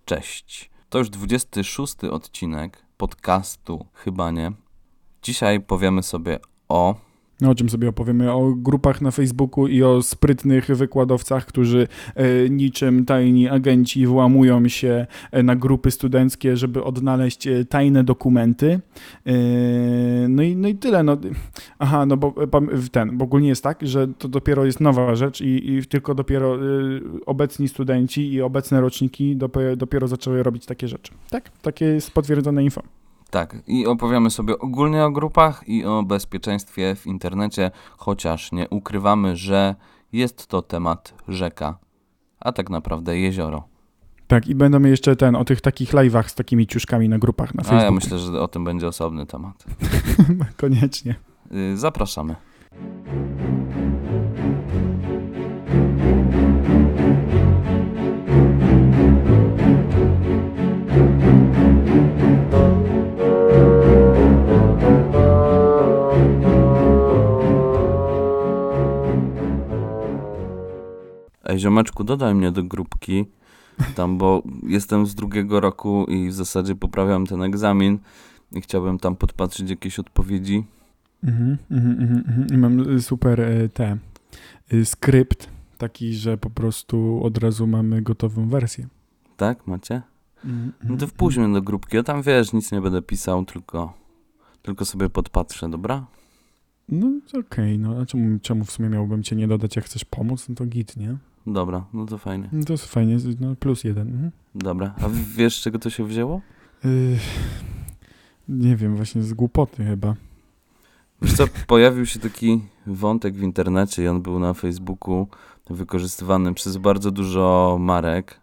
Cześć. To już 26 odcinek podcastu Chyba Nie. Dzisiaj powiemy sobie o... No, o czym sobie opowiemy? O grupach na Facebooku i o sprytnych wykładowcach, którzy niczym tajni agenci włamują się na grupy studenckie, żeby odnaleźć tajne dokumenty. No i tyle. No. Aha, no bo ogólnie jest tak, że to dopiero jest nowa rzecz i tylko dopiero obecni studenci i obecne roczniki dopiero zaczęły robić takie rzeczy. Tak? Takie jest potwierdzone info. Tak, i opowiemy sobie ogólnie o grupach i o bezpieczeństwie w internecie, chociaż nie ukrywamy, że jest to temat rzeka, a tak naprawdę jezioro. Tak, i będą jeszcze o tych takich live'ach z takimi ciuszkami na grupach na Facebooku. A ja myślę, że o tym będzie osobny temat. Koniecznie. Zapraszamy. Ej, ziomeczku, dodaj mnie do grupki tam, bo jestem z 2 roku i w zasadzie poprawiam ten egzamin i chciałbym tam podpatrzeć jakieś odpowiedzi. I mam super skrypt taki, że po prostu od razu mamy gotową wersję. Tak, macie? No to wpuść mnie do grupki, ja tam wiesz, nic nie będę pisał, tylko sobie podpatrzę, dobra? No okej, no a czemu w sumie miałbym cię nie dodać, jak chcesz pomóc, no to git, nie? Dobra, no to fajnie. No to jest fajnie, no +1. Dobra, a wiesz, z czego to się wzięło? Nie wiem, właśnie z głupoty chyba. Wiesz co, pojawił się taki wątek w internecie i on był na Facebooku wykorzystywany przez bardzo dużo marek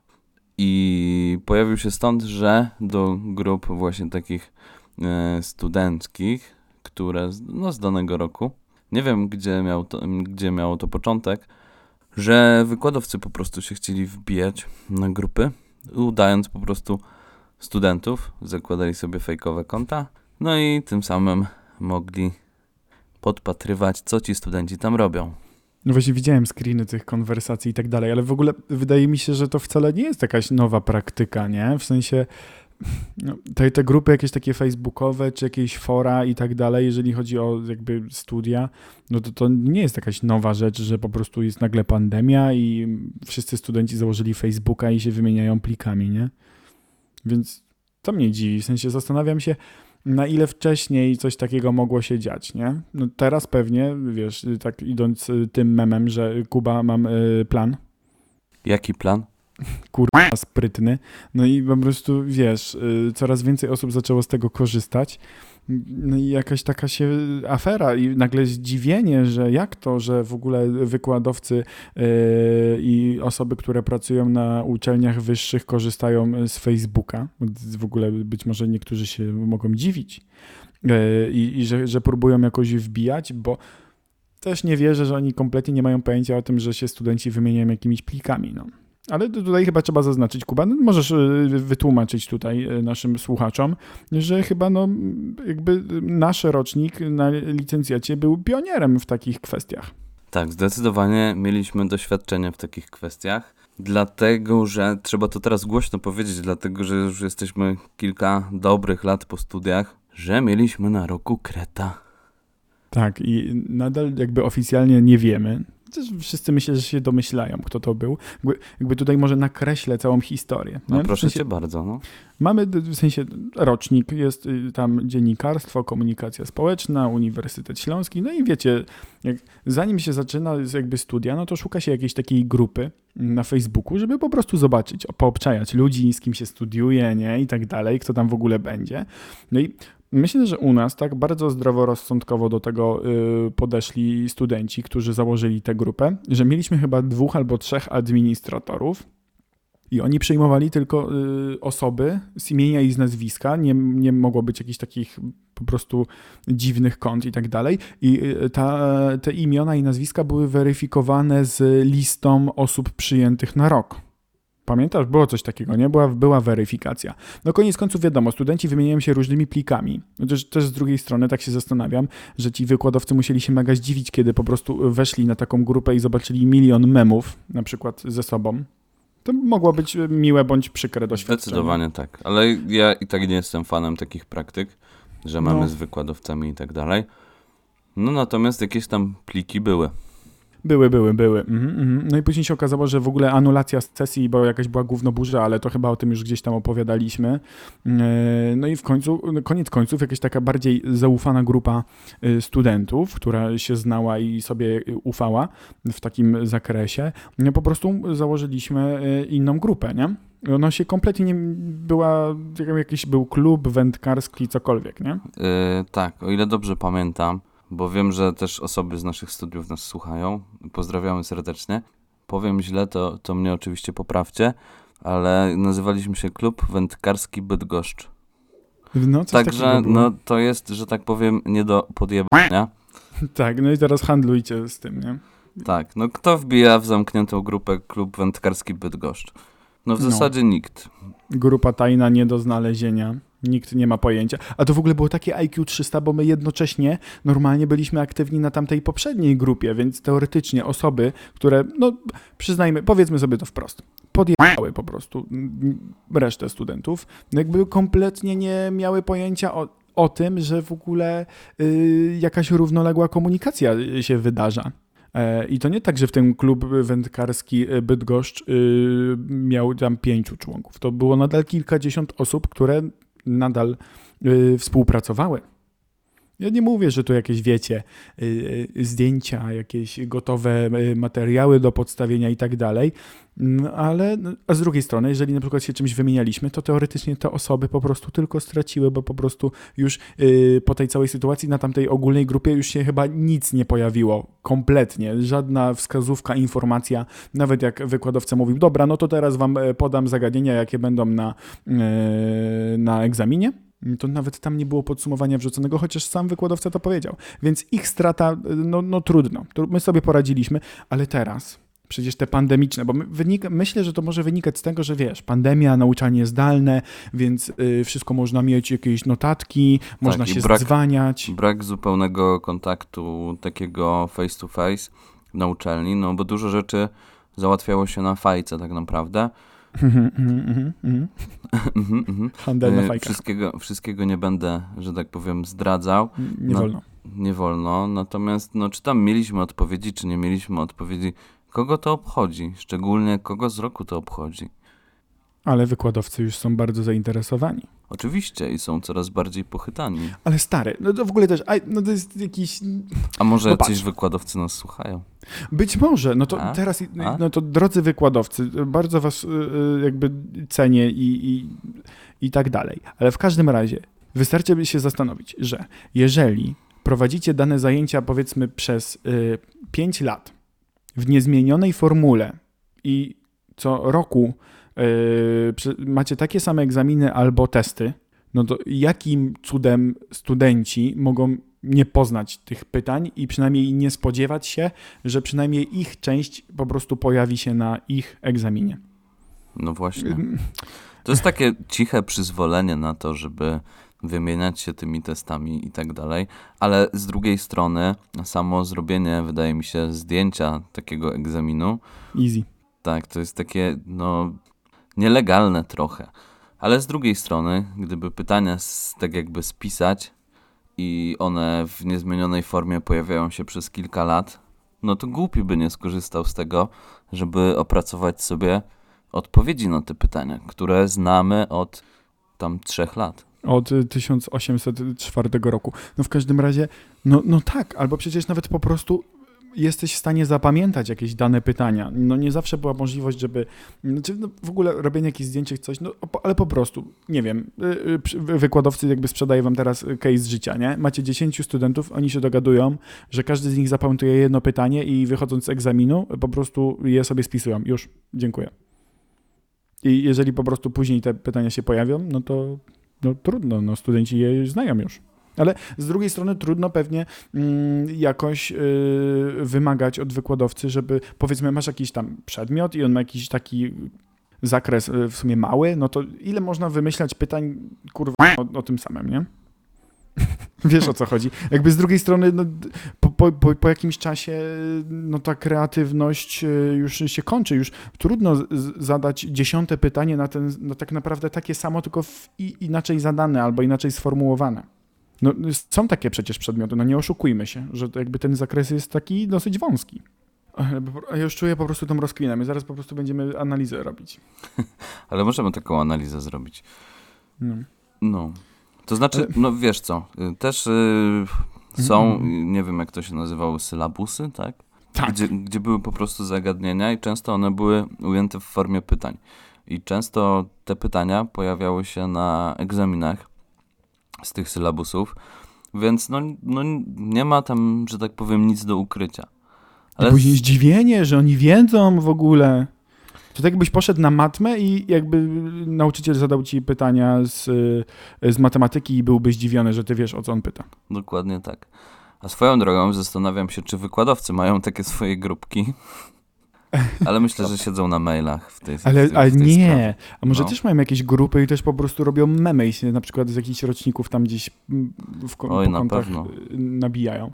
i pojawił się stąd, że do grup właśnie takich studenckich, które z danego roku, nie wiem gdzie miało to początek, że wykładowcy po prostu się chcieli wbijać na grupy, udając po prostu studentów, zakładali sobie fejkowe konta, no i tym samym mogli podpatrywać, co ci studenci tam robią. No właśnie widziałem screeny tych konwersacji i tak dalej, ale w ogóle wydaje mi się, że to wcale nie jest jakaś nowa praktyka, nie? W sensie te grupy jakieś takie facebookowe, czy jakieś fora i tak dalej, jeżeli chodzi o jakby studia, no to nie jest jakaś nowa rzecz, że po prostu jest nagle pandemia i wszyscy studenci założyli Facebooka i się wymieniają plikami, nie? Więc to mnie dziwi, w sensie zastanawiam się, na ile wcześniej coś takiego mogło się dziać, nie? No teraz pewnie, wiesz, tak idąc tym memem, że Kuba, mam plan. Jaki plan? Kurwa sprytny. No i po prostu, wiesz, coraz więcej osób zaczęło z tego korzystać. No i jakaś taka się afera i nagle zdziwienie, że jak to, że w ogóle wykładowcy i osoby, które pracują na uczelniach wyższych korzystają z Facebooka. W ogóle być może niektórzy się mogą dziwić i że próbują jakoś wbijać, bo też nie wierzę, że oni kompletnie nie mają pojęcia o tym, że się studenci wymieniają jakimiś plikami, no. Ale tutaj chyba trzeba zaznaczyć, Kuba, no możesz wytłumaczyć tutaj naszym słuchaczom, że chyba jakby nasz rocznik na licencjacie był pionierem w takich kwestiach. Tak, zdecydowanie mieliśmy doświadczenie w takich kwestiach, dlatego że trzeba to teraz głośno powiedzieć, dlatego że już jesteśmy kilka dobrych lat po studiach, że mieliśmy na roku kreta. Tak, i nadal jakby oficjalnie nie wiemy. Też wszyscy myślę, że się domyślają, kto to był. Jakby tutaj może nakreślę całą historię. No proszę cię bardzo. No. Mamy w sensie rocznik, jest tam dziennikarstwo, komunikacja społeczna, Uniwersytet Śląski, no i wiecie, zanim się zaczyna jakby studia, no to szuka się jakiejś takiej grupy na Facebooku, żeby po prostu zobaczyć, poobczajać ludzi, z kim się studiuje, nie, i tak dalej, kto tam w ogóle będzie. No i myślę, że u nas tak bardzo zdroworozsądkowo do tego podeszli studenci, którzy założyli tę grupę, że mieliśmy chyba 2 albo 3 administratorów i oni przyjmowali tylko osoby z imienia i z nazwiska, nie mogło być jakichś takich po prostu dziwnych kont i tak dalej. I te imiona i nazwiska były weryfikowane z listą osób przyjętych na rok. Pamiętasz? Było coś takiego, nie? Była weryfikacja. No koniec końców wiadomo, studenci wymieniają się różnymi plikami. No też z drugiej strony tak się zastanawiam, że ci wykładowcy musieli się mega zdziwić, kiedy po prostu weszli na taką grupę i zobaczyli 1 000 000 memów, na przykład ze sobą. To mogło być miłe bądź przykre doświadczenie. Zdecydowanie tak, ale ja i tak nie jestem fanem takich praktyk, że mamy z wykładowcami i tak dalej. No natomiast jakieś tam pliki były. Były. No i później się okazało, że w ogóle anulacja sesji, bo jakaś była gównoburza, ale to chyba o tym już gdzieś tam opowiadaliśmy. No i w końcu, koniec końców, jakaś taka bardziej zaufana grupa studentów, która się znała i sobie ufała w takim zakresie, po prostu założyliśmy inną grupę, nie? Ona się kompletnie nie była, jakiś był klub wędkarski, cokolwiek, nie? Tak, o ile dobrze pamiętam, bo wiem, że też osoby z naszych studiów nas słuchają. Pozdrawiamy serdecznie. Powiem źle, to mnie oczywiście poprawcie, ale nazywaliśmy się Klub Wędkarski Bydgoszcz. No, coś Także to jest, że tak powiem, nie do podjebania. Tak, no i teraz handlujcie z tym, nie? Tak, no kto wbija w zamkniętą grupę Klub Wędkarski Bydgoszcz? No w zasadzie nikt. Grupa tajna nie do znalezienia. Nikt nie ma pojęcia. A to w ogóle było takie IQ 300, bo my jednocześnie normalnie byliśmy aktywni na tamtej poprzedniej grupie, więc teoretycznie osoby, które, no przyznajmy, powiedzmy sobie to wprost, podjechały po prostu resztę studentów, no jakby kompletnie nie miały pojęcia o tym, że w ogóle jakaś równoległa komunikacja się wydarza. I to nie tak, że w ten klub wędkarski Bydgoszcz miał tam 5 członków. To było nadal kilkadziesiąt osób, które nadal współpracowały. Ja nie mówię, że to jakieś, wiecie, zdjęcia, jakieś gotowe materiały do podstawienia i tak dalej, ale a z drugiej strony, jeżeli na przykład się czymś wymienialiśmy, to teoretycznie te osoby po prostu tylko straciły, bo po prostu już po tej całej sytuacji na tamtej ogólnej grupie już się chyba nic nie pojawiło, kompletnie, żadna wskazówka, informacja, nawet jak wykładowca mówił, dobra, no to teraz wam podam zagadnienia, jakie będą na egzaminie, to nawet tam nie było podsumowania wrzuconego, chociaż sam wykładowca to powiedział. Więc ich strata, no trudno. My sobie poradziliśmy, ale teraz przecież te pandemiczne, bo myślę, że to może wynikać z tego, że wiesz, pandemia, nauczanie zdalne, więc wszystko można mieć, jakieś notatki, można się zdzwaniać. Brak zupełnego kontaktu takiego face to face na uczelni, no bo dużo rzeczy załatwiało się na fajce tak naprawdę. Handel na fajkach. Wszystkiego nie będę, że tak powiem, zdradzał. Wolno. Nie wolno, natomiast czy tam mieliśmy odpowiedzi, czy nie mieliśmy odpowiedzi, kogo to obchodzi? Szczególnie kogo z roku to obchodzi? Ale wykładowcy już są bardzo zainteresowani. Oczywiście i są coraz bardziej pochytani. Ale stary, no to w ogóle też, no to jest jakiś... A może jacyś wykładowcy nas słuchają? Być może, no to teraz, no to drodzy wykładowcy, bardzo was jakby cenię i tak dalej. Ale w każdym razie wystarczy by się zastanowić, że jeżeli prowadzicie dane zajęcia powiedzmy przez 5 lat w niezmienionej formule i co roku macie takie same egzaminy albo testy, no to jakim cudem studenci mogą nie poznać tych pytań i przynajmniej nie spodziewać się, że przynajmniej ich część po prostu pojawi się na ich egzaminie. No właśnie. To jest takie ciche przyzwolenie na to, żeby wymieniać się tymi testami i tak dalej, ale z drugiej strony samo zrobienie, wydaje mi się, zdjęcia takiego egzaminu. Easy. Tak, to jest takie, nielegalne trochę. Ale z drugiej strony, gdyby pytania tak jakby spisać i one w niezmienionej formie pojawiają się przez kilka lat, no to głupi by nie skorzystał z tego, żeby opracować sobie odpowiedzi na te pytania, które znamy od tam 3 lat. Od 1804 roku. No w każdym razie, no tak, albo przecież nawet po prostu jesteś w stanie zapamiętać jakieś dane pytania. No nie zawsze była możliwość, żeby w ogóle robienie jakichś zdjęć czy coś, ale po prostu, nie wiem, wykładowcy jakby sprzedaję wam teraz case z życia, nie? Macie 10 studentów, oni się dogadują, że każdy z nich zapamiętuje jedno pytanie i wychodząc z egzaminu po prostu je sobie spisują. Już, dziękuję. I jeżeli po prostu później te pytania się pojawią, no to trudno, studenci je znają już. Ale z drugiej strony trudno pewnie jakoś wymagać od wykładowcy, żeby powiedzmy masz jakiś tam przedmiot i on ma jakiś taki zakres w sumie mały, no to ile można wymyślać pytań, kurwa, o tym samym, nie? Wiesz, o co chodzi. Jakby z drugiej strony no, po jakimś czasie no, ta kreatywność już się kończy. Już trudno zadać 10. pytanie na tak naprawdę takie samo, tylko inaczej zadane albo inaczej sformułowane. No, są takie przecież przedmioty, no nie oszukujmy się, że to jakby ten zakres jest taki dosyć wąski. Ja już czuję po prostu tą rozkminę. My zaraz po prostu będziemy analizę robić. Ale możemy taką analizę zrobić. No. No. To znaczy, no wiesz co, też są, nie wiem jak to się nazywało, sylabusy, tak? Tak. Gdzie były po prostu zagadnienia i często one były ujęte w formie pytań. I często te pytania pojawiały się na egzaminach z tych sylabusów, więc no nie ma tam, że tak powiem, nic do ukrycia. Ale później zdziwienie, że oni wiedzą w ogóle. To tak jakbyś poszedł na matmę i jakby nauczyciel zadał ci pytania z matematyki i byłby zdziwiony, że ty wiesz, o co on pyta. Dokładnie tak. A swoją drogą zastanawiam się, czy wykładowcy mają takie swoje grupki. Ale myślę, że siedzą na mailach w tej Ale nie. sprawie. A może też mają jakieś grupy i też po prostu robią memy i się na przykład z jakichś roczników tam gdzieś po kątach pewno nabijają.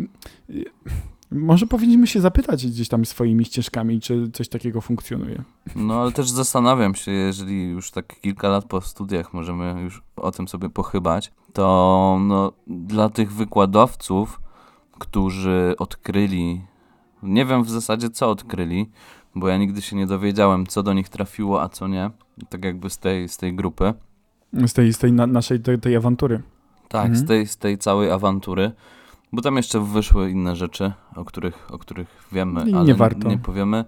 Może powinniśmy się zapytać gdzieś tam swoimi ścieżkami, czy coś takiego funkcjonuje. No ale też zastanawiam się, jeżeli już tak kilka lat po studiach możemy już o tym sobie pochybać, to no, dla tych wykładowców, którzy odkryli, nie wiem w zasadzie co odkryli, bo ja nigdy się nie dowiedziałem, co do nich trafiło, a co nie, tak jakby z tej grupy. Z tej naszej tej awantury. Tak, z tej całej awantury. Bo tam jeszcze wyszły inne rzeczy, o których wiemy, nie ale warto. nie powiemy.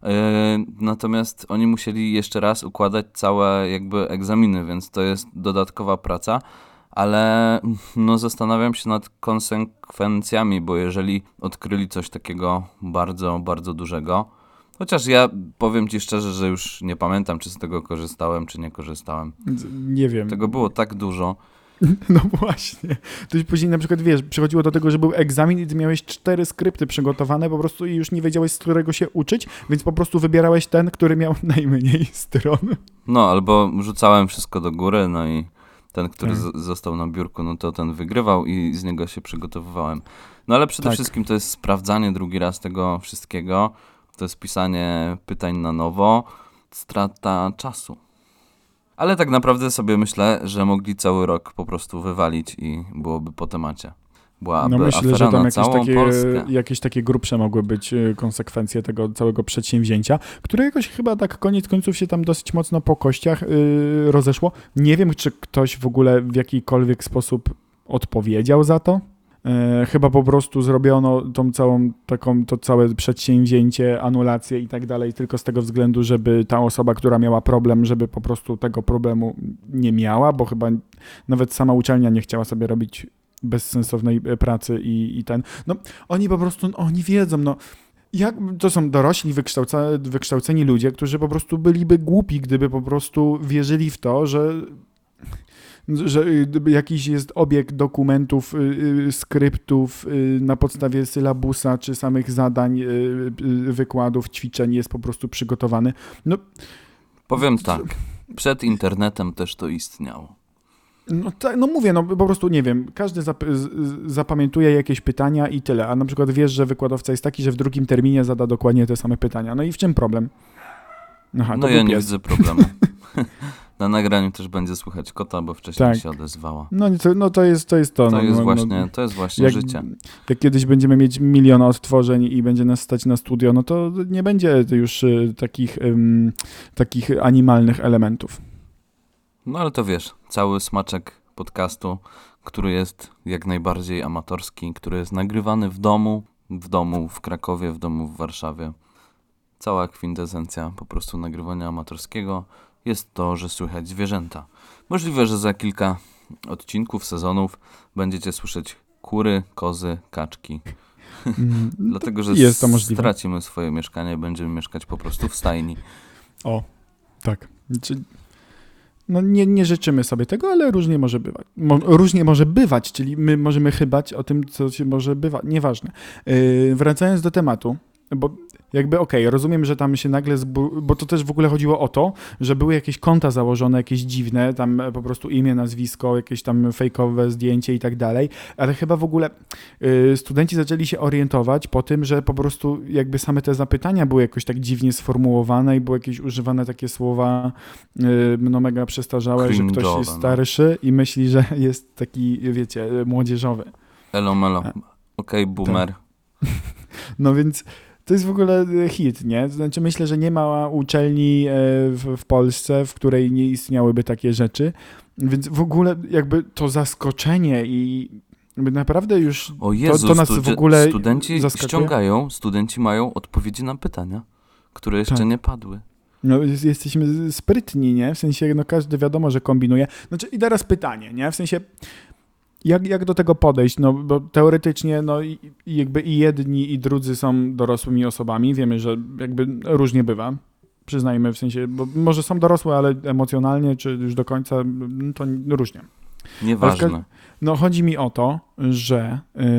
Natomiast oni musieli jeszcze raz układać całe jakby egzaminy, więc to jest dodatkowa praca, ale no zastanawiam się nad konsekwencjami, bo jeżeli odkryli coś takiego bardzo, bardzo dużego, chociaż ja powiem ci szczerze, że już nie pamiętam, czy z tego korzystałem, czy nie korzystałem. Nie wiem. Tego było tak dużo. No właśnie. To już później na przykład, wiesz, przychodziło do tego, że był egzamin i ty miałeś 4 skrypty przygotowane po prostu i już nie wiedziałeś, z którego się uczyć, więc po prostu wybierałeś ten, który miał najmniej stron. No, albo rzucałem wszystko do góry, no i ten, który został na biurku, no to ten wygrywał i z niego się przygotowywałem. No ale przede wszystkim to jest sprawdzanie drugi raz tego wszystkiego, to jest pisanie pytań na nowo, strata czasu. Ale tak naprawdę sobie myślę, że mogli cały rok po prostu wywalić i byłoby po temacie. Byłaby No myślę, afera że tam na całą Polskę. jakieś takie grubsze mogły być konsekwencje tego całego przedsięwzięcia, które jakoś chyba tak koniec końców się tam dosyć mocno po kościach rozeszło. Nie wiem, czy ktoś w ogóle w jakikolwiek sposób odpowiedział za to. Chyba po prostu zrobiono tą całą to całe przedsięwzięcie, anulację i tak dalej, tylko z tego względu, żeby ta osoba, która miała problem, żeby po prostu tego problemu nie miała, bo chyba nawet sama uczelnia nie chciała sobie robić bezsensownej pracy i ten. No, oni po prostu, oni wiedzą, no. To są dorośli, wykształceni ludzie, którzy po prostu byliby głupi, gdyby po prostu wierzyli w to, że jakiś jest obieg dokumentów, skryptów na podstawie sylabusa czy samych zadań, wykładów, ćwiczeń jest po prostu przygotowany. No, powiem tak, przed internetem też to istniało. No, no mówię, no po prostu nie wiem, każdy zapamiętuje jakieś pytania i tyle, a na przykład wiesz, że wykładowca jest taki, że w drugim terminie zada dokładnie te same pytania. No i w czym problem? Aha, no ja nie widzę problemu. Na nagraniu też będzie słychać kota, bo wcześniej się odezwała. To jest to. To jest właśnie życie. Jak kiedyś będziemy mieć 1 000 000 odtworzeń i będzie nas stać na studio, no to nie będzie już takich animalnych elementów. No ale to wiesz, cały smaczek podcastu, który jest jak najbardziej amatorski, który jest nagrywany w domu w Krakowie, w domu w Warszawie. Cała kwintesencja po prostu nagrywania amatorskiego jest to, że słychać zwierzęta. Możliwe, że za kilka odcinków, sezonów będziecie słyszeć kury, kozy, kaczki. Dlatego, że jest to możliwe. Stracimy swoje mieszkanie, będziemy mieszkać po prostu w stajni. O, tak. No nie życzymy sobie tego, ale różnie może bywać. Różnie może bywać, czyli my możemy chybać o tym, co się może bywać. Nieważne. Wracając do tematu, bo jakby rozumiem, że tam się nagle, bo to też w ogóle chodziło o to, że były jakieś konta założone, jakieś dziwne, tam po prostu imię, nazwisko, jakieś tam fejkowe zdjęcie i tak dalej, ale chyba w ogóle studenci zaczęli się orientować po tym, że po prostu jakby same te zapytania były jakoś tak dziwnie sformułowane i były jakieś używane takie słowa no mega przestarzałe, że ktoś Cringe'owe, jest starszy i myśli, że jest taki, wiecie, młodzieżowy. Elo melo. Okej, boomer. No więc to jest w ogóle hit, nie? To znaczy myślę, że nie ma uczelni w Polsce, w której nie istniałyby takie rzeczy, więc w ogóle jakby to zaskoczenie i jakby naprawdę już O Jezu, to nas w ogóle studenci zaskakuje. ściągają, studenci mają odpowiedzi na pytania, które jeszcze Tak. nie padły. No, jesteśmy sprytni, nie? W sensie, no każdy wiadomo, że kombinuje. Znaczy i teraz pytanie, nie? W sensie, jak do tego podejść? No, bo teoretycznie, no jakby i jedni, i drudzy są dorosłymi osobami. Wiemy, że jakby różnie bywa. Przyznajmy, w sensie, bo może są dorosłe, ale emocjonalnie, czy już do końca, to różnie. Nieważne. No chodzi mi o to, że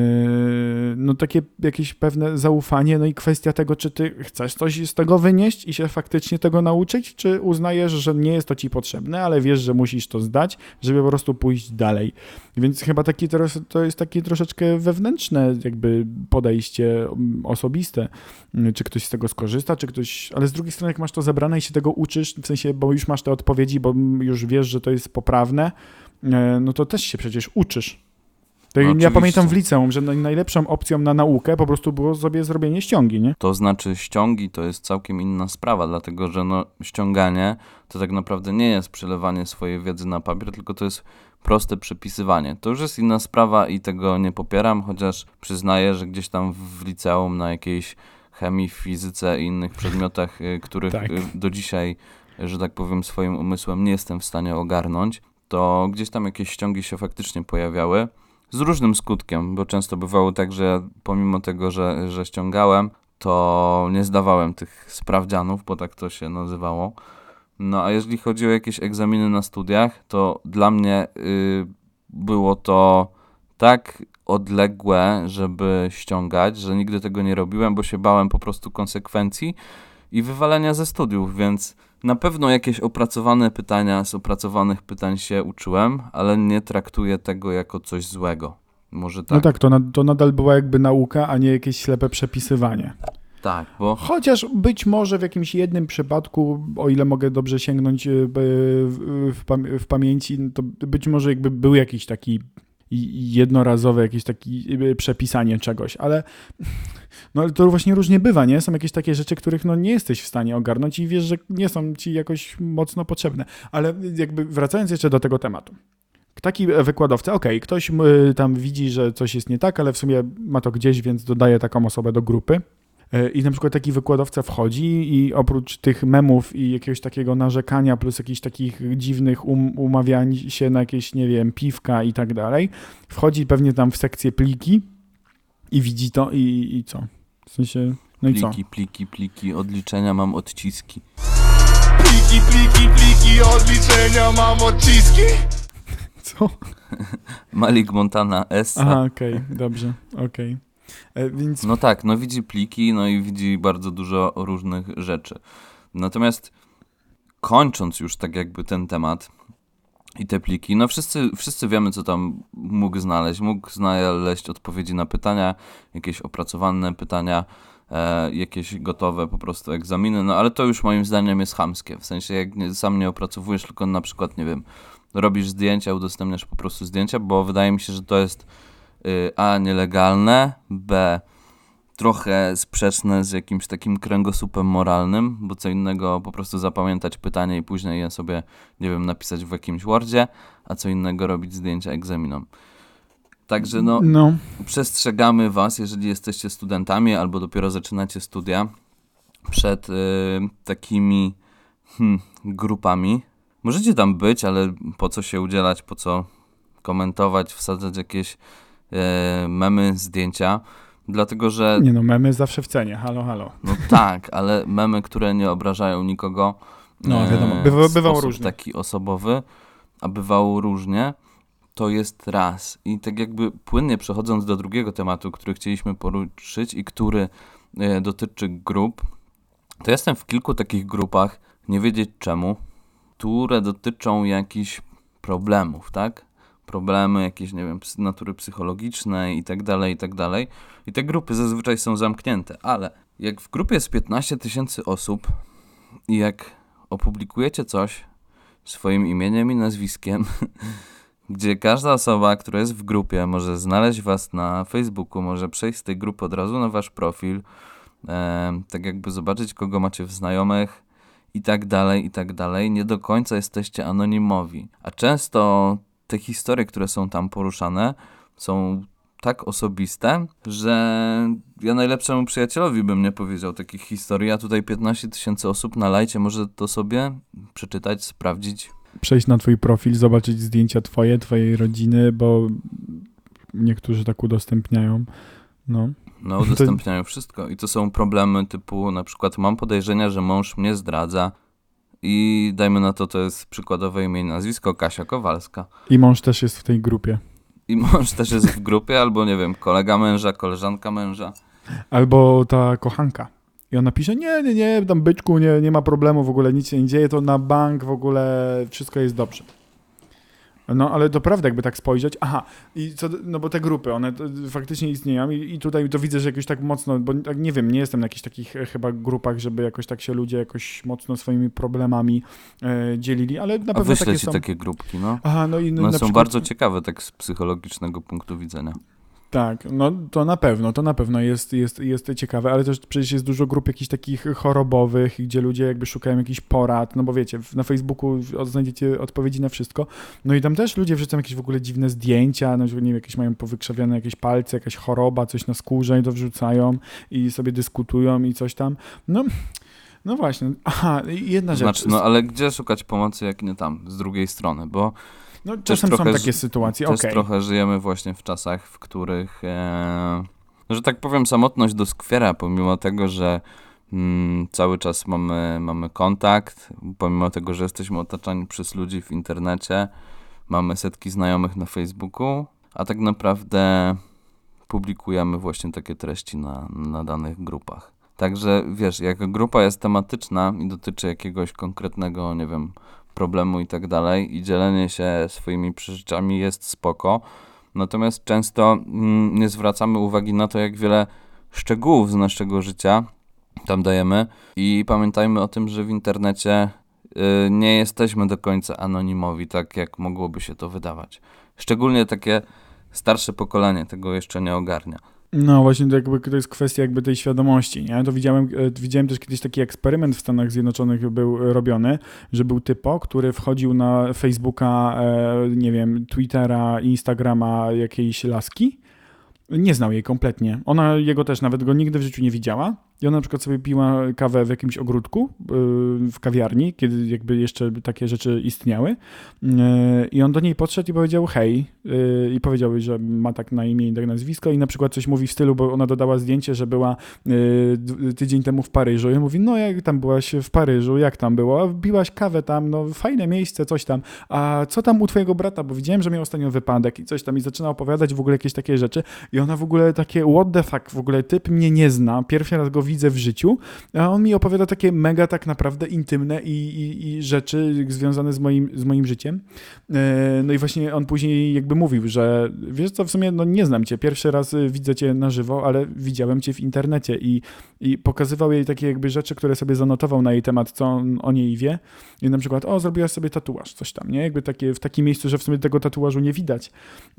no takie jakieś pewne zaufanie, no i kwestia tego, czy ty chcesz coś z tego wynieść i się faktycznie tego nauczyć, czy uznajesz, że nie jest to ci potrzebne, ale wiesz, że musisz to zdać, żeby po prostu pójść dalej. Więc chyba to jest takie troszeczkę wewnętrzne jakby podejście osobiste, czy ktoś z tego skorzysta, czy ktoś, ale z drugiej strony jak masz to zebrane i się tego uczysz, w sensie, bo już masz te odpowiedzi, bo już wiesz, że to jest poprawne, no to też się przecież uczysz. To No ja oczywiście. pamiętam w liceum, że najlepszą opcją na naukę po prostu było sobie zrobienie ściągi, nie? To znaczy ściągi to jest całkiem inna sprawa, dlatego że no, ściąganie to tak naprawdę nie jest przelewanie swojej wiedzy na papier, tylko to jest proste przepisywanie. To już jest inna sprawa i tego nie popieram, chociaż przyznaję, że gdzieś tam w liceum na jakiejś chemii, fizyce i innych przedmiotach, których Tak. do dzisiaj, że tak powiem, swoim umysłem nie jestem w stanie ogarnąć, to gdzieś tam jakieś ściągi się faktycznie pojawiały. Z różnym skutkiem, bo często bywało tak, że ja, pomimo tego, że ściągałem, to nie zdawałem tych sprawdzianów, bo tak to się nazywało. No a jeżeli chodzi o jakieś egzaminy na studiach, to dla mnie było to tak odległe, żeby ściągać, że nigdy tego nie robiłem, bo się bałem po prostu konsekwencji i wywalenia ze studiów, więc na pewno jakieś opracowane pytania z opracowanych pytań się uczyłem, ale nie traktuję tego jako coś złego. Może tak. No tak, to nadal była jakby nauka, a nie jakieś ślepe przepisywanie. Tak, bo Chociaż być może w jakimś jednym przypadku, o ile mogę dobrze sięgnąć w pamięci, to być może jakby był jakiś taki jednorazowe jakieś takie przepisanie czegoś, ale no to właśnie różnie bywa, nie? Są jakieś takie rzeczy, których no nie jesteś w stanie ogarnąć i wiesz, że nie są ci jakoś mocno potrzebne. Ale jakby wracając jeszcze do tego tematu. Taki wykładowca, ktoś tam widzi, że coś jest nie tak, ale w sumie ma to gdzieś, więc dodaje taką osobę do grupy. I na przykład taki wykładowca wchodzi i oprócz tych memów i jakiegoś takiego narzekania plus jakichś takich dziwnych umawiań się na jakieś, nie wiem, piwka i tak dalej, wchodzi pewnie tam w sekcję pliki i widzi to i co? W sensie, no i co? pliki, odliczenia mam odciski. Pliki, odliczenia mam odciski. Co? Malik Montana S. Aha, okej, dobrze, okej. Więc No tak, no widzi pliki, no i widzi bardzo dużo różnych rzeczy. Natomiast kończąc już tak jakby ten temat i te pliki, no wszyscy wiemy, co tam mógł znaleźć. Mógł znaleźć odpowiedzi na pytania, jakieś opracowane pytania, jakieś gotowe po prostu egzaminy, no ale to już moim zdaniem jest chamskie. W sensie jak sam nie opracowujesz, tylko na przykład, nie wiem, robisz zdjęcia, udostępniasz po prostu zdjęcia, bo wydaje mi się, że to jest A, nielegalne, B, trochę sprzeczne z jakimś takim kręgosłupem moralnym, bo co innego po prostu zapamiętać pytanie i później je sobie, nie wiem, napisać w jakimś Wordzie, a co innego robić zdjęcia egzaminom. Także no. przestrzegamy was, jeżeli jesteście studentami albo dopiero zaczynacie studia, przed takimi grupami. Możecie tam być, ale po co się udzielać, po co komentować, wsadzać jakieś memy, zdjęcia, dlatego że... Nie no, memy zawsze w cenie, halo. No tak, ale memy, które nie obrażają nikogo, No wiadomo, w bywało sposób różnie. taki osobowy, a bywało różnie, to jest raz. I tak jakby płynnie przechodząc do drugiego tematu, który chcieliśmy poruszyć i który dotyczy grup, to jestem w kilku takich grupach, nie wiedzieć czemu, które dotyczą jakichś problemów, tak? Problemy jakieś, nie wiem, natury psychologicznej i tak dalej, i tak dalej. I te grupy zazwyczaj są zamknięte, ale jak w grupie jest 15 000 osób i jak opublikujecie coś swoim imieniem i nazwiskiem, gdzie każda osoba, która jest w grupie, może znaleźć was na Facebooku, może przejść z tej grupy od razu na wasz profil, tak jakby zobaczyć, kogo macie w znajomych i tak dalej, nie do końca jesteście anonimowi. A często te historie, które są tam poruszane, są tak osobiste, że ja najlepszemu przyjacielowi bym nie powiedział takich historii, a tutaj 15 000 osób na lajcie może to sobie przeczytać, sprawdzić. Przejść na twój profil, zobaczyć zdjęcia twojej rodziny, bo niektórzy tak udostępniają. No, udostępniają wszystko i to są problemy typu na przykład mam podejrzenia, że mąż mnie zdradza i dajmy na to jest przykładowe imię i nazwisko Kasia Kowalska. I mąż też jest w tej grupie. I mąż też jest w grupie, albo nie wiem, kolega męża, koleżanka męża. Albo ta kochanka. I ona pisze, nie, tam byczku, nie ma problemu, w ogóle nic się nie dzieje, to na bank w ogóle wszystko jest dobrze. No, ale to prawda, jakby tak spojrzeć. Aha, i no bo te grupy, one faktycznie istnieją i tutaj to widzę, że jakoś tak mocno, bo nie wiem, nie jestem na jakichś takich chyba grupach, żeby jakoś tak się ludzie jakoś mocno swoimi problemami dzielili, ale na pewno wyślę takie ci są. takie grupki, no. Aha, no i One na są przykład, bardzo ciekawe tak z psychologicznego punktu widzenia. Tak, no to na pewno jest ciekawe, ale też przecież jest dużo grup jakichś takich chorobowych, gdzie ludzie jakby szukają jakichś porad, no bo wiecie, na Facebooku znajdziecie odpowiedzi na wszystko, no i tam też ludzie wrzucają jakieś w ogóle dziwne zdjęcia, no nie wiem, jakieś mają powykrzawiane jakieś palce, jakaś choroba, coś na skórze i to wrzucają i sobie dyskutują i coś tam, no właśnie, aha, i jedna rzecz. Znaczy, no ale gdzie szukać pomocy, jak nie tam, z drugiej strony, bo no czasem są takie sytuacje, też trochę żyjemy właśnie w czasach, w których, że tak powiem, samotność doskwiera, pomimo tego, że cały czas mamy kontakt, pomimo tego, że jesteśmy otaczani przez ludzi w internecie, mamy setki znajomych na Facebooku, a tak naprawdę publikujemy właśnie takie treści na danych grupach. Także wiesz, jak grupa jest tematyczna i dotyczy jakiegoś konkretnego, nie wiem, problemu i tak dalej i dzielenie się swoimi przeżyciami jest spoko, natomiast często nie zwracamy uwagi na to, jak wiele szczegółów z naszego życia tam dajemy i pamiętajmy o tym, że w internecie nie jesteśmy do końca anonimowi, tak jak mogłoby się to wydawać. Szczególnie takie starsze pokolenie tego jeszcze nie ogarnia. No właśnie, to jest kwestia jakby tej świadomości, nie? To widziałem też kiedyś taki eksperyment w Stanach Zjednoczonych był robiony, że był typo, który wchodził na Facebooka, nie wiem, Twittera, Instagrama jakiejś laski. Nie znał jej kompletnie. Ona jego też nawet go nigdy w życiu nie widziała. I ona na przykład sobie piła kawę w jakimś ogródku, w kawiarni, kiedy jakby jeszcze takie rzeczy istniały. I on do niej podszedł i powiedział hej. I powiedział, że ma tak na imię i tak nazwisko. I na przykład coś mówi w stylu, bo ona dodała zdjęcie, że była tydzień temu w Paryżu. I on mówi, no jak tam byłaś w Paryżu, jak tam było? Piłaś kawę tam, no fajne miejsce, coś tam. A co tam u twojego brata? Bo widziałem, że miał ostatnio wypadek i coś tam. I zaczyna opowiadać w ogóle jakieś takie rzeczy. I ona w ogóle takie, what the fuck, w ogóle typ mnie nie zna. Pierwszy raz go widzę w życiu, a on mi opowiada takie mega tak naprawdę intymne i rzeczy związane z moim życiem. No i właśnie on później jakby mówił, że wiesz co, w sumie no nie znam cię, pierwszy raz widzę cię na żywo, ale widziałem cię w internecie i pokazywał jej takie jakby rzeczy, które sobie zanotował na jej temat, co on o niej wie. I na przykład, zrobiłaś sobie tatuaż, coś tam, nie? Jakby takie w takim miejscu, że w sumie tego tatuażu nie widać.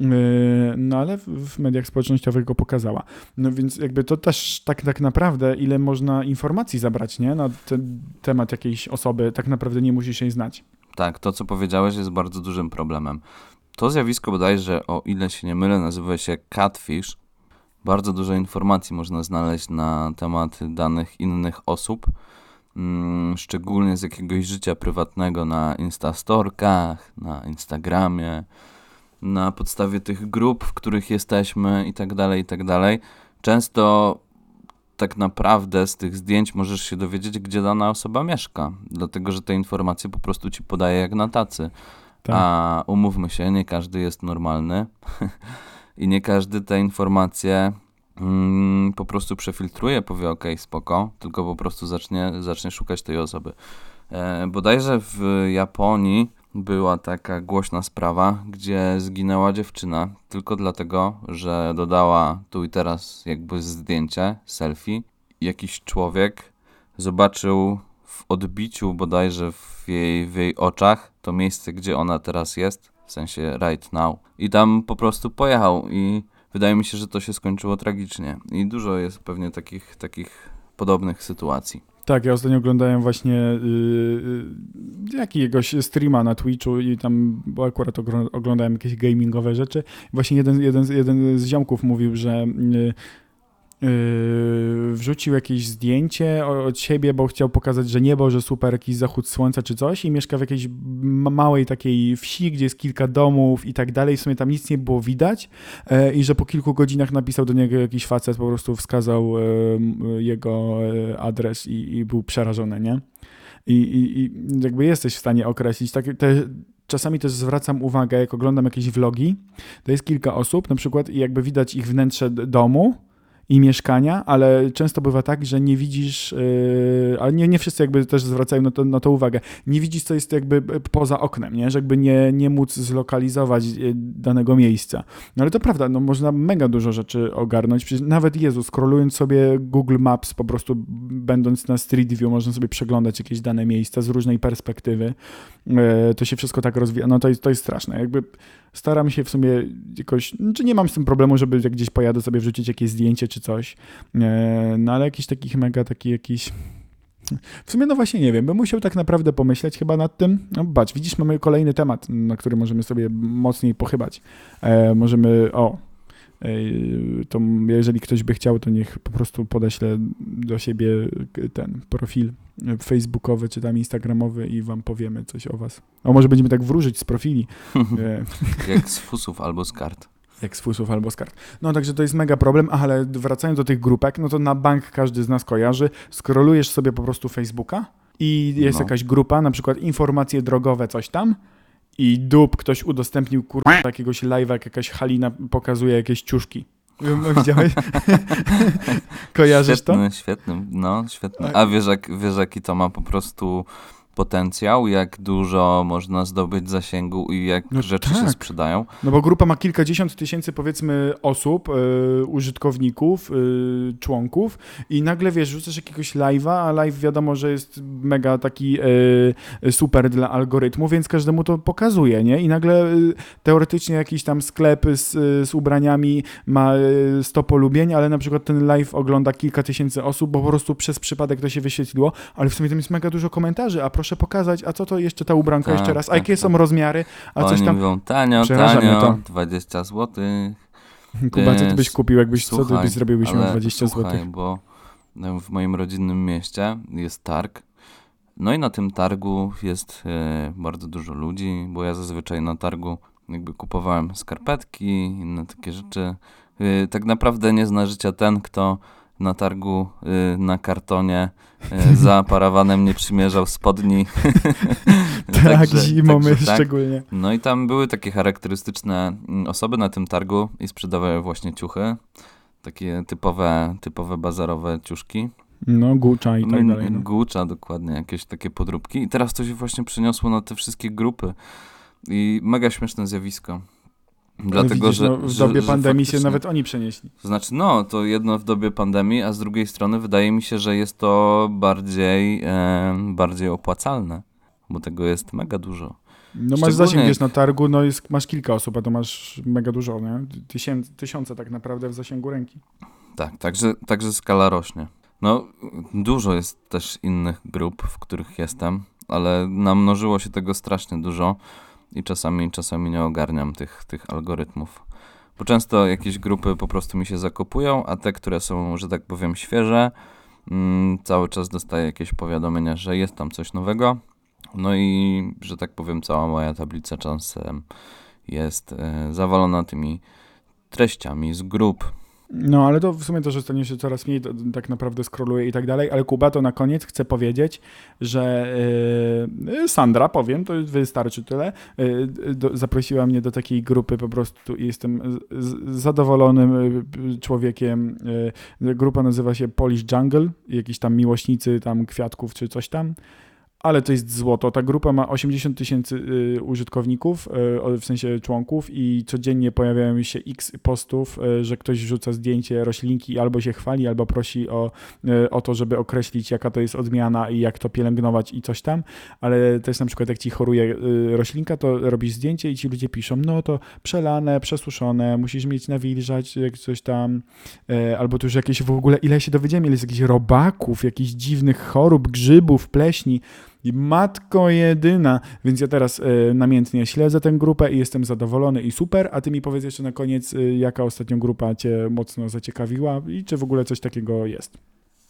No ale w mediach społecznościowych go pokazała. No więc jakby to też tak naprawdę, ile można informacji zabrać, nie? Na ten temat jakiejś osoby, tak naprawdę nie musisz jej znać. Tak, to co powiedziałeś jest bardzo dużym problemem. To zjawisko bodajże, o ile się nie mylę, nazywa się catfish. Bardzo dużo informacji można znaleźć na temat danych innych osób, szczególnie z jakiegoś życia prywatnego na Instastorkach, na Instagramie, na podstawie tych grup, w których jesteśmy i tak dalej. Często tak naprawdę z tych zdjęć możesz się dowiedzieć, gdzie dana osoba mieszka, dlatego że te informacje po prostu ci podaje jak na tacy. Tak. A umówmy się, nie każdy jest normalny i nie każdy te informacje po prostu przefiltruje, powie okej, spoko, tylko po prostu zacznie szukać tej osoby. Bodajże w Japonii była taka głośna sprawa, gdzie zginęła dziewczyna tylko dlatego, że dodała tu i teraz jakby zdjęcie, selfie. Jakiś człowiek zobaczył w odbiciu bodajże w jej oczach to miejsce, gdzie ona teraz jest, w sensie right now. I tam po prostu pojechał i wydaje mi się, że to się skończyło tragicznie. I dużo jest pewnie takich podobnych sytuacji. Tak, ja ostatnio oglądałem właśnie jakiegoś streama na Twitchu i tam, bo akurat oglądałem jakieś gamingowe rzeczy. Właśnie jeden z ziomków mówił, że wrzucił jakieś zdjęcie od siebie, bo chciał pokazać, że niebo, że super, jakiś zachód słońca czy coś i mieszka w jakiejś małej takiej wsi, gdzie jest kilka domów i tak dalej, w sumie tam nic nie było widać i że po kilku godzinach napisał do niego jakiś facet, po prostu wskazał jego adres i był przerażony, nie? I jakby jesteś w stanie określić, czasami też zwracam uwagę, jak oglądam jakieś vlogi, to jest kilka osób na przykład i jakby widać ich wnętrze domu i mieszkania, ale często bywa tak, że nie widzisz, ale nie wszyscy jakby też zwracają na to uwagę, nie widzisz, co jest jakby poza oknem, nie? Że jakby nie móc zlokalizować danego miejsca. No ale to prawda, no można mega dużo rzeczy ogarnąć, przecież nawet scrollując sobie Google Maps, po prostu będąc na Street View, można sobie przeglądać jakieś dane miejsca z różnej perspektywy, to się wszystko tak rozwija, no to jest straszne, jakby staram się w sumie jakoś, czy nie mam z tym problemu, żeby jak gdzieś pojadę sobie wrzucić jakieś zdjęcie czy coś, no ale jakiś takich mega, w sumie no właśnie nie wiem, bym musiał tak naprawdę pomyśleć chyba nad tym, no widzisz, mamy kolejny temat, na który możemy sobie mocniej pochybać, to jeżeli ktoś by chciał, to niech po prostu podeśle do siebie ten profil facebookowy czy tam instagramowy i wam powiemy coś o was. A może będziemy tak wróżyć z profili. Jak z fusów albo z kart. Jak z fusów albo z kart. No także to jest mega problem, ale wracając do tych grupek, no to na bank każdy z nas kojarzy, scrollujesz sobie po prostu Facebooka i jest jakaś grupa, na przykład informacje drogowe, coś tam, i ktoś udostępnił jakiegoś live'a, jak jakaś Halina pokazuje jakieś ciuszki. Widziałeś? Kojarzysz to? Świetny. A wiesz jaki to ma po prostu potencjał, jak dużo można zdobyć zasięgu i jak rzeczy się sprzedają. No bo grupa ma kilkadziesiąt tysięcy, powiedzmy, osób, użytkowników, członków i nagle, wiesz, rzucasz jakiegoś live'a, a live wiadomo, że jest mega taki super dla algorytmu, więc każdemu to pokazuje, nie? I nagle teoretycznie jakiś tam sklep z ubraniami ma 100 polubień, ale na przykład ten live ogląda kilka tysięcy osób, bo po prostu przez przypadek to się wyświetliło, ale w sumie tam jest mega dużo komentarzy, a proszę pokazać, a co to jeszcze ta ubranka jeszcze raz, a jakie są rozmiary, a coś tam. Mówią tanio, 20 zł. Kuba, co ty byś kupił, co ty byś zrobił, byś miał 20 zł? Bo w moim rodzinnym mieście jest targ, no i na tym targu jest bardzo dużo ludzi, bo ja zazwyczaj na targu jakby kupowałem skarpetki, inne takie rzeczy. Tak naprawdę nie zna życia ten, kto na targu na kartonie za parawanem nie przymierzał spodni. Tak, zimą szczególnie. No i tam były takie charakterystyczne osoby na tym targu i sprzedawały właśnie ciuchy. Takie typowe bazarowe ciuszki. No, Guccia i tak dalej. No. Guccia, dokładnie, jakieś takie podróbki. I teraz to się właśnie przeniosło na te wszystkie grupy. I mega śmieszne zjawisko. Dlatego, widzisz, że w dobie pandemii się nawet oni przenieśli. To znaczy, to jedno w dobie pandemii, a z drugiej strony wydaje mi się, że jest to bardziej opłacalne, bo tego jest mega dużo. No masz zasięg, wiesz, na targu, masz kilka osób, a to masz mega dużo, nie? Tysiące tak naprawdę w zasięgu ręki. Tak, także skala rośnie. No, dużo jest też innych grup, w których jestem, ale namnożyło się tego strasznie dużo. I czasami nie ogarniam tych algorytmów. Bo często jakieś grupy po prostu mi się zakopują, a te, które są, że tak powiem, świeże, cały czas dostaję jakieś powiadomienia, że jest tam coś nowego. No i, że tak powiem, cała moja tablica czasem jest zawalona tymi treściami z grup. No, ale to w sumie też ostatnio się coraz mniej tak naprawdę scrolluje i tak dalej, ale Kuba, to na koniec chcę powiedzieć, że Sandra, powiem, to wystarczy tyle, zaprosiła mnie do takiej grupy po prostu i jestem zadowolonym człowiekiem. Grupa nazywa się Polish Jungle, jakiś tam miłośnicy tam kwiatków czy coś tam. Ale to jest złoto. Ta grupa ma 80 000 użytkowników, w sensie członków i codziennie pojawiają się x postów, że ktoś wrzuca zdjęcie roślinki i albo się chwali, albo prosi o to, żeby określić, jaka to jest odmiana i jak to pielęgnować i coś tam. Ale też na przykład jak ci choruje roślinka, to robisz zdjęcie i ci ludzie piszą, no to przelane, przesuszone, musisz mieć nawilżać, jak coś tam, albo tu już jakieś w ogóle, ile się dowiedziałem, ile jest jakichś robaków, jakichś dziwnych chorób, grzybów, pleśni. I matko jedyna, więc ja teraz namiętnie śledzę tę grupę i jestem zadowolony i super, a ty mi powiedz jeszcze na koniec, jaka ostatnio grupa cię mocno zaciekawiła i czy w ogóle coś takiego jest.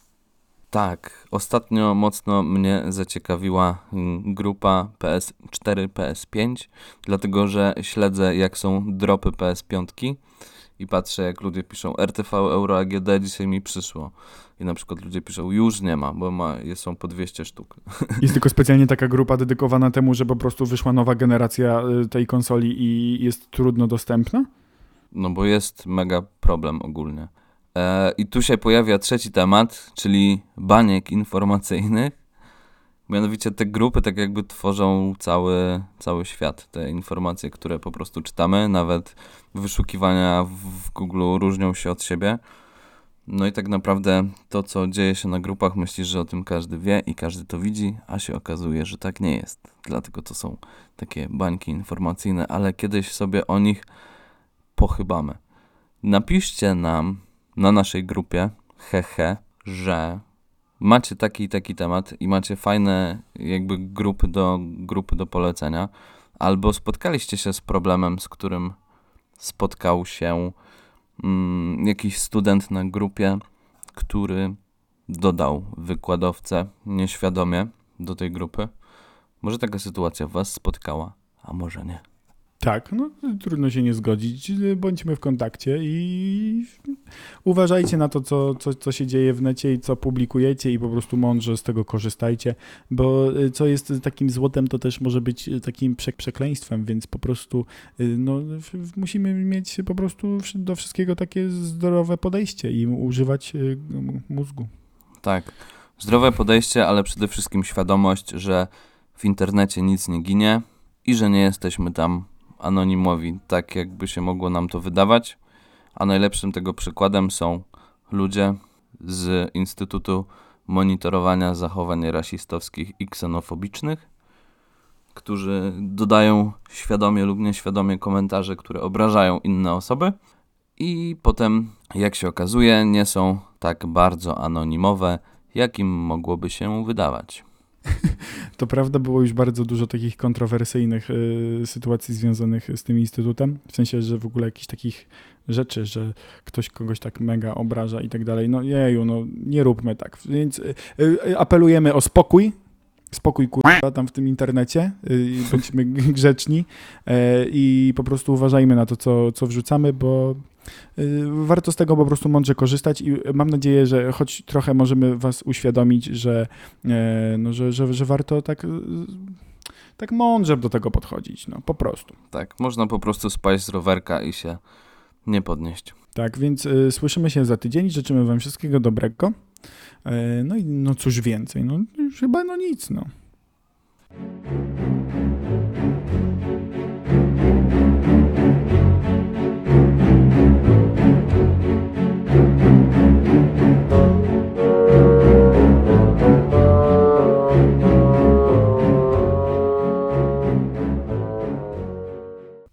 Tak, ostatnio mocno mnie zaciekawiła grupa PS4, PS5, dlatego że śledzę, jak są dropy PS5 i patrzę, jak ludzie piszą RTV Euro AGD dzisiaj mi przyszło. I na przykład ludzie piszą, już nie ma, bo są po 200 sztuk. Jest tylko specjalnie taka grupa dedykowana temu, że po prostu wyszła nowa generacja tej konsoli i jest trudno dostępna? No bo jest mega problem ogólnie. I tu się pojawia trzeci temat, czyli baniek informacyjnych. Mianowicie te grupy tak jakby tworzą cały świat. Te informacje, które po prostu czytamy, nawet wyszukiwania w Google różnią się od siebie. No i tak naprawdę to, co dzieje się na grupach, myślisz, że o tym każdy wie i każdy to widzi, a się okazuje, że tak nie jest. Dlatego to są takie bańki informacyjne, ale kiedyś sobie o nich pochybamy. Napiszcie nam na naszej grupie, że macie taki i taki temat i macie fajne jakby grupy do polecenia, albo spotkaliście się z problemem, z którym spotkał się jakiś student na grupie, który dodał wykładowcę nieświadomie do tej grupy. Może taka sytuacja was spotkała, a może nie. Tak, no trudno się nie zgodzić. Bądźmy w kontakcie i uważajcie na to, co się dzieje w necie i co publikujecie i po prostu mądrze z tego korzystajcie, bo co jest takim złotem, to też może być takim przekleństwem, więc po prostu no, musimy mieć po prostu do wszystkiego takie zdrowe podejście i używać mózgu. Tak, zdrowe podejście, ale przede wszystkim świadomość, że w internecie nic nie ginie i że nie jesteśmy tam anonimowi, tak jakby się mogło nam to wydawać, a najlepszym tego przykładem są ludzie z Instytutu Monitorowania Zachowań Rasistowskich i Ksenofobicznych, którzy dodają świadomie lub nieświadomie komentarze, które obrażają inne osoby i potem, jak się okazuje, nie są tak bardzo anonimowe, jak im mogłoby się wydawać. To prawda, było już bardzo dużo takich kontrowersyjnych sytuacji związanych z tym instytutem, w sensie, że w ogóle jakichś takich rzeczy, że ktoś kogoś tak mega obraża i tak dalej. No jeju, no nie róbmy tak. Więc apelujemy o spokój kurwa tam w tym internecie, bądźmy grzeczni i po prostu uważajmy na to, co wrzucamy, bo warto z tego po prostu mądrze korzystać i mam nadzieję, że choć trochę możemy was uświadomić, że warto tak mądrze do tego podchodzić, no po prostu. Tak, można po prostu spaść z rowerka i się nie podnieść. Tak, więc słyszymy się za tydzień, życzymy wam wszystkiego dobrego. No i no cóż więcej, no już chyba no nic, no.